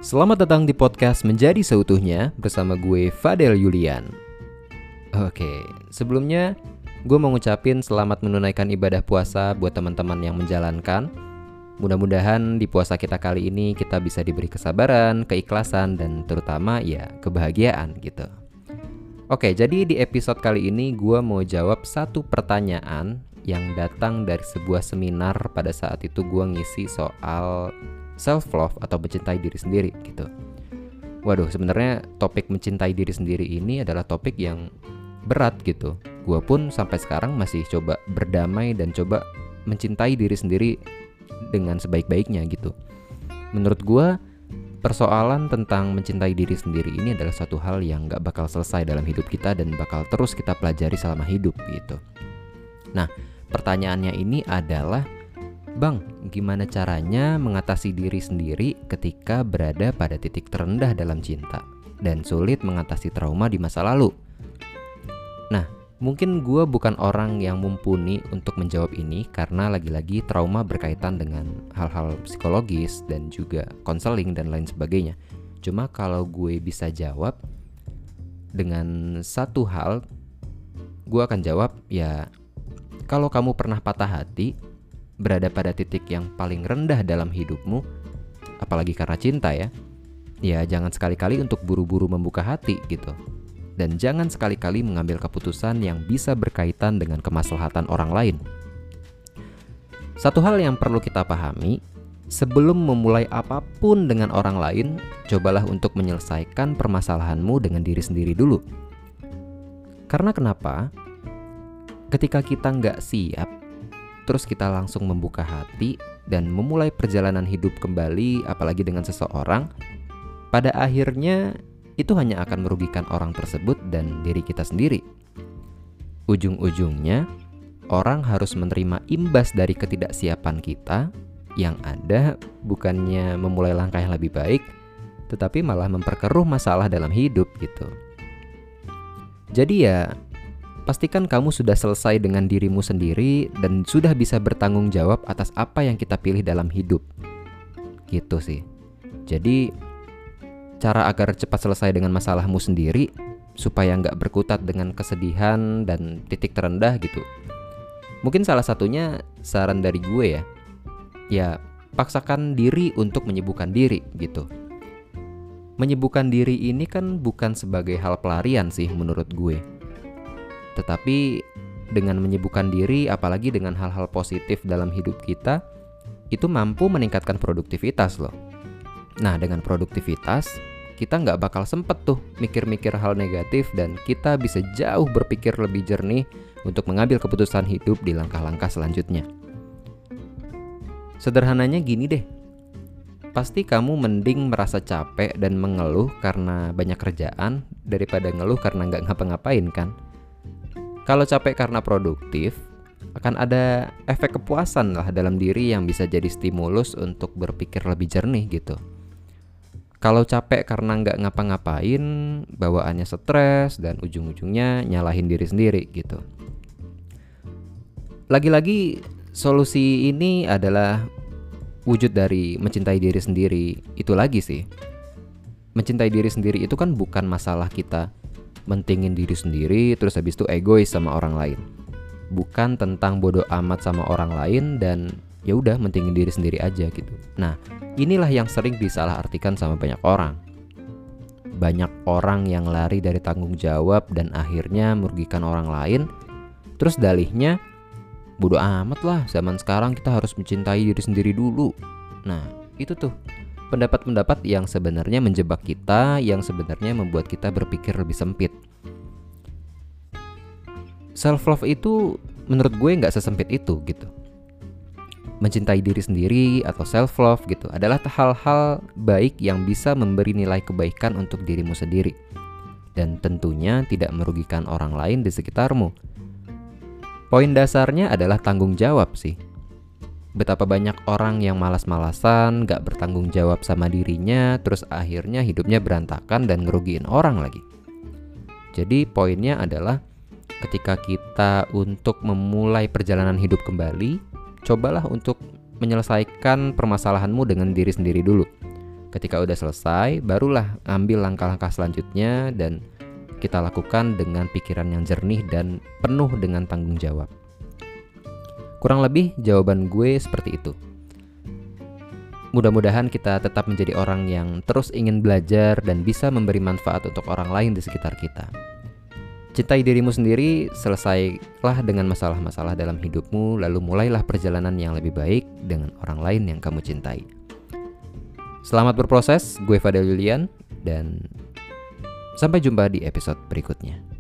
Selamat datang di podcast Menjadi Seutuhnya bersama gue Fadel Yulian. Oke, sebelumnya gue mau ngucapin selamat menunaikan ibadah puasa buat teman-teman yang menjalankan. Mudah-mudahan di puasa kita kali ini kita bisa diberi kesabaran, keikhlasan, dan terutama ya kebahagiaan gitu. Oke, jadi di episode kali ini gue mau jawab satu pertanyaan yang datang dari sebuah seminar pada saat itu gue ngisi soal self-love atau mencintai diri sendiri gitu. Waduh, sebenarnya topik mencintai diri sendiri ini adalah topik yang berat gitu. Gue pun sampai sekarang masih coba berdamai dan coba mencintai diri sendiri dengan sebaik-baiknya gitu. Menurut gue, persoalan tentang mencintai diri sendiri ini adalah suatu hal yang gak bakal selesai dalam hidup kita dan bakal terus kita pelajari selama hidup gitu. Nah, pertanyaannya ini adalah, Bang, gimana caranya mengatasi diri sendiri ketika berada pada titik terendah dalam cinta dan sulit mengatasi trauma di masa lalu? Nah, mungkin gue bukan orang yang mumpuni untuk menjawab ini karena lagi-lagi trauma berkaitan dengan hal-hal psikologis dan juga konseling dan lain sebagainya. Cuma kalau gue bisa jawab dengan satu hal, gue akan jawab ya, kalau kamu pernah patah hati, berada pada titik yang paling rendah dalam hidupmu, apalagi karena cinta ya jangan sekali-kali untuk buru-buru membuka hati gitu. Dan jangan sekali-kali mengambil keputusan yang bisa berkaitan dengan kemaslahatan orang lain. Satu hal yang perlu kita pahami, sebelum memulai apapun dengan orang lain, cobalah untuk menyelesaikan permasalahanmu dengan diri sendiri dulu. Karena kenapa? Ketika kita nggak siap, terus kita langsung membuka hati dan memulai perjalanan hidup kembali, apalagi dengan seseorang, pada akhirnya itu hanya akan merugikan orang tersebut dan diri kita sendiri. Ujung-ujungnya, orang harus menerima imbas dari ketidaksiapan kita, yang ada bukannya memulai langkah yang lebih baik, tetapi malah memperkeruh masalah dalam hidup gitu. Jadi ya, pastikan kamu sudah selesai dengan dirimu sendiri dan sudah bisa bertanggung jawab atas apa yang kita pilih dalam hidup. Gitu sih. Jadi, cara agar cepat selesai dengan masalahmu sendiri, supaya nggak berkutat dengan kesedihan dan titik terendah gitu. Mungkin salah satunya saran dari gue ya paksakan diri untuk menyibukkan diri gitu. Menyibukkan diri ini kan bukan sebagai hal pelarian sih menurut gue. Tetapi dengan menyibukkan diri, apalagi dengan hal-hal positif dalam hidup kita, itu mampu meningkatkan produktivitas loh. Nah, dengan produktivitas, kita nggak bakal sempet tuh mikir-mikir hal negatif dan kita bisa jauh berpikir lebih jernih untuk mengambil keputusan hidup di langkah-langkah selanjutnya. Sederhananya gini deh, pasti kamu mending merasa capek dan mengeluh karena banyak kerjaan daripada ngeluh karena nggak ngapa-ngapain kan? Kalau capek karena produktif, akan ada efek kepuasan lah dalam diri yang bisa jadi stimulus untuk berpikir lebih jernih gitu. Kalau capek karena nggak ngapa-ngapain, bawaannya stres dan ujung-ujungnya nyalahin diri sendiri gitu. Lagi-lagi solusi ini adalah wujud dari mencintai diri sendiri. Itu lagi sih. Mencintai diri sendiri itu kan bukan masalah kita mentingin diri sendiri terus habis itu egois sama orang lain. Bukan tentang bodoh amat sama orang lain dan ya udah mentingin diri sendiri aja gitu. Nah, inilah yang sering disalahartikan sama banyak orang. Banyak orang yang lari dari tanggung jawab dan akhirnya merugikan orang lain. Terus dalihnya, bodoh amat lah, zaman sekarang kita harus mencintai diri sendiri dulu. Nah, itu tuh pendapat-pendapat yang sebenarnya menjebak kita, yang sebenarnya membuat kita berpikir lebih sempit. Self-love itu menurut gue gak sesempit itu gitu. Mencintai diri sendiri atau self-love gitu adalah hal-hal baik yang bisa memberi nilai kebaikan untuk dirimu sendiri. Dan tentunya tidak merugikan orang lain di sekitarmu. Poin dasarnya adalah tanggung jawab sih. Betapa banyak orang yang malas-malasan, gak bertanggung jawab sama dirinya, terus akhirnya hidupnya berantakan dan ngerugiin orang lagi. Jadi poinnya adalah ketika kita untuk memulai perjalanan hidup kembali, cobalah untuk menyelesaikan permasalahanmu dengan diri sendiri dulu. Ketika udah selesai, barulah ambil langkah-langkah selanjutnya dan kita lakukan dengan pikiran yang jernih dan penuh dengan tanggung jawab. Kurang lebih jawaban gue seperti itu. Mudah-mudahan kita tetap menjadi orang yang terus ingin belajar dan bisa memberi manfaat untuk orang lain di sekitar kita. Cintai dirimu sendiri, selesailah dengan masalah-masalah dalam hidupmu, lalu mulailah perjalanan yang lebih baik dengan orang lain yang kamu cintai. Selamat berproses, gue Fadel Julian, dan sampai jumpa di episode berikutnya.